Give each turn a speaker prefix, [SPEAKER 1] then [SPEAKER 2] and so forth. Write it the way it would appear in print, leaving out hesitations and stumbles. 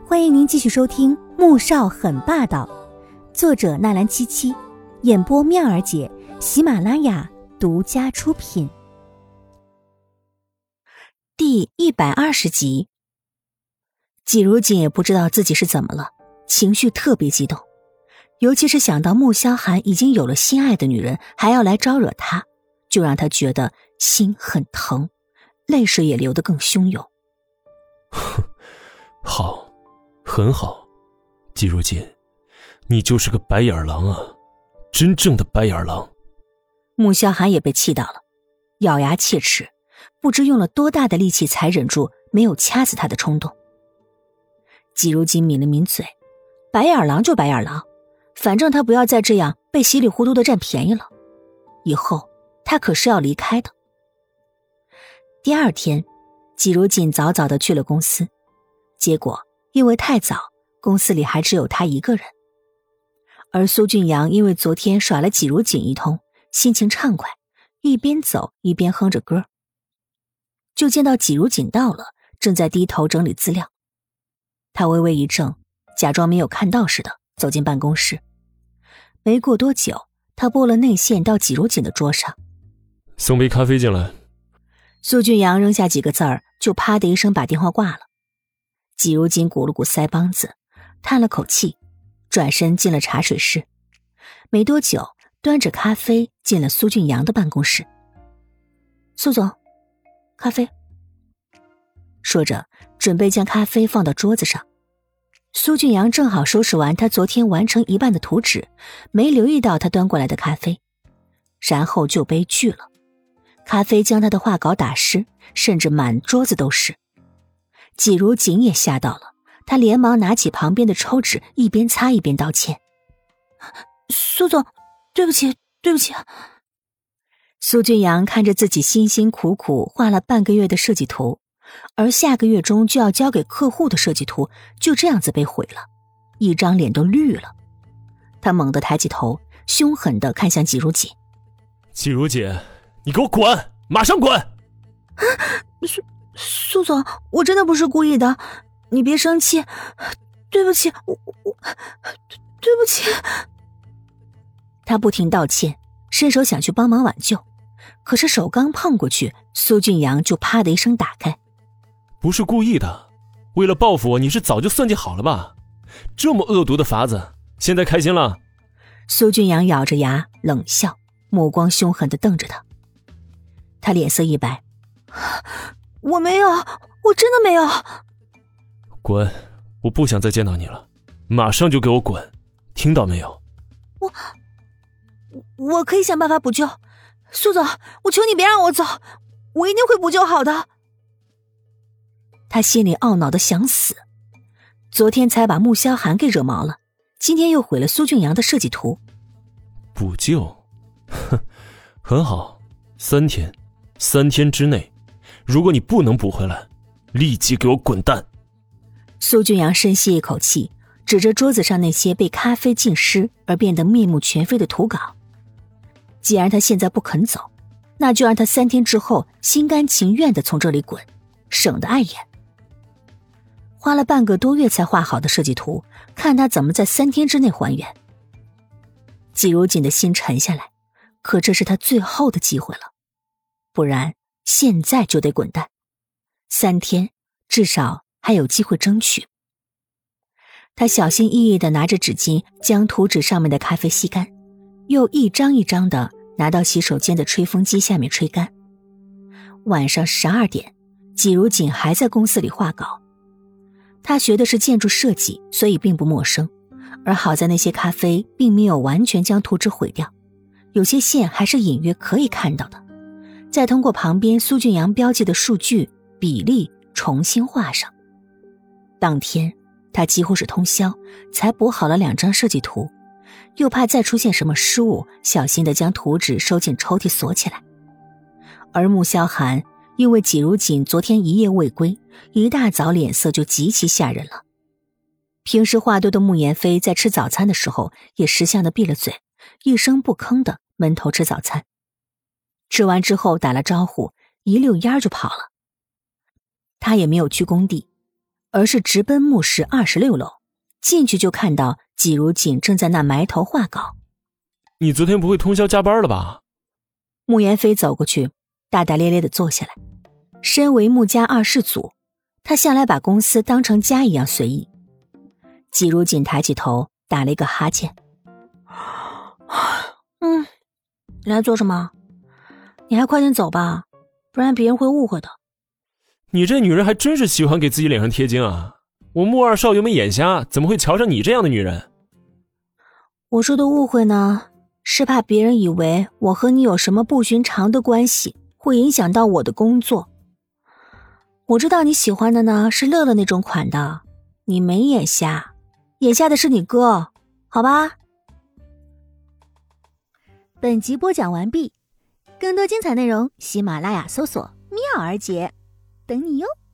[SPEAKER 1] 欢迎您继续收听《穆少很霸道》，作者纳兰七七，演播妙儿姐，喜马拉雅独家出品。第120集。季如锦也不知道自己是怎么了，情绪特别激动，尤其是想到穆萧寒已经有了心爱的女人，还要来招惹他，就让他觉得心很疼，泪水也流得更汹涌。
[SPEAKER 2] 好，很好，季如锦，你就是个白眼狼啊，真正的白眼狼。
[SPEAKER 1] 穆萧寒也被气到了，咬牙切齿，不知用了多大的力气才忍住没有掐死他的冲动。季如锦抿了抿嘴，白眼狼就白眼狼，反正他不要再这样被稀里糊涂的占便宜了，以后他可是要离开的。第二天，季如锦早早的去了公司，结果因为太早，公司里还只有他一个人。而苏俊阳因为昨天耍了季如锦一通，心情畅快，一边走一边哼着歌。就见到季如锦到了，正在低头整理资料。他微微一怔，假装没有看到似的走进办公室。没过多久，他拨了内线到季如锦的桌上。
[SPEAKER 2] 送杯咖啡进来。
[SPEAKER 1] 苏俊阳扔下几个字儿，就啪的一声把电话挂了。季如锦鼓了鼓腮帮子，叹了口气，转身进了茶水室。没多久，端着咖啡进了苏俊阳的办公室。苏总，咖啡。说着，准备将咖啡放到桌子上。苏俊阳正好收拾完他昨天完成一半的图纸，没留意到他端过来的咖啡，然后就悲剧了。咖啡将他的画稿打湿，甚至满桌子都是。季如锦也吓到了，他连忙拿起旁边的抽纸，一边擦一边道歉。苏总，对不起，对不起。苏俊阳看着自己辛辛苦苦画了半个月的设计图，而下个月中就要交给客户的设计图就这样子被毁了，一张脸都绿了。他猛地抬起头，凶狠地看向季如锦。
[SPEAKER 2] 季如锦，你给我滚，马上滚！
[SPEAKER 1] 苏总，我真的不是故意的，你别生气，对不起，我对不起。他不停道歉，伸手想去帮忙挽救，可是手刚碰过去，苏俊阳就啪的一声打开。
[SPEAKER 2] 不是故意的，为了报复我，你是早就算计好了吧？这么恶毒的法子，现在开心了？
[SPEAKER 1] 苏俊阳咬着牙冷笑，目光凶狠地瞪着他。他脸色一白，我没有，我真的没有。
[SPEAKER 2] 滚，我不想再见到你了，马上就给我滚，听到没有？
[SPEAKER 1] 我可以想办法补救，苏总，我求你别让我走，我一定会补救好的。他心里懊恼的想死，昨天才把穆萧寒给惹毛了，今天又毁了苏俊阳的设计图。
[SPEAKER 2] 补救？哼，很好，3天之内，如果你不能补回来，立即给我滚蛋。
[SPEAKER 1] 苏俊阳深吸一口气，指着桌子上那些被咖啡浸湿而变得面目全非的图稿。既然他现在不肯走，那就让他3天之后心甘情愿地从这里滚，省得碍眼。花了半个多月才画好的设计图，看他怎么在3天之内还原。季如锦的心沉下来，可这是他最后的机会了，不然现在就得滚蛋。3天，至少还有机会争取。他小心翼翼地拿着纸巾将图纸上面的咖啡吸干，又一张一张地拿到洗手间的吹风机下面吹干。晚上12点，季如锦还在公司里画稿。他学的是建筑设计，所以并不陌生，而好在那些咖啡并没有完全将图纸毁掉，有些线还是隐约可以看到的，再通过旁边苏俊阳标记的数据比例重新画上。当天他几乎是通宵才补好了2张设计图，又怕再出现什么失误，小心地将图纸收进抽屉锁起来。而穆萧寒因为季如锦昨天一夜未归，一大早脸色就极其吓人了。平时话多的穆言飞在吃早餐的时候也识相地闭了嘴，一声不吭地闷头吃早餐。吃完之后打了招呼，一溜烟就跑了。他也没有去工地， 而是直奔墓室26楼。进去就看到季如锦正在那埋头画稿。
[SPEAKER 2] 你昨天不会通宵加班了吧？
[SPEAKER 1] 穆言飞走过去，大大咧咧地坐下来。身为穆家二世祖，他向来把公司当成家一样随意。季如锦抬起头，打了一个哈欠。你来做什么？你还快点走吧，不然别人会误会的。
[SPEAKER 2] 你这女人还真是喜欢给自己脸上贴金啊！我穆二少又没眼瞎，怎么会瞧上你这样的女人？
[SPEAKER 1] 我说的误会呢，是怕别人以为我和你有什么不寻常的关系，会影响到我的工作。我知道你喜欢的呢是乐乐那种款的，你没眼瞎，眼瞎的是你哥，好吧？
[SPEAKER 3] 本集播讲完毕，更多精彩内容，喜马拉雅搜索“妙儿姐”，等你哟。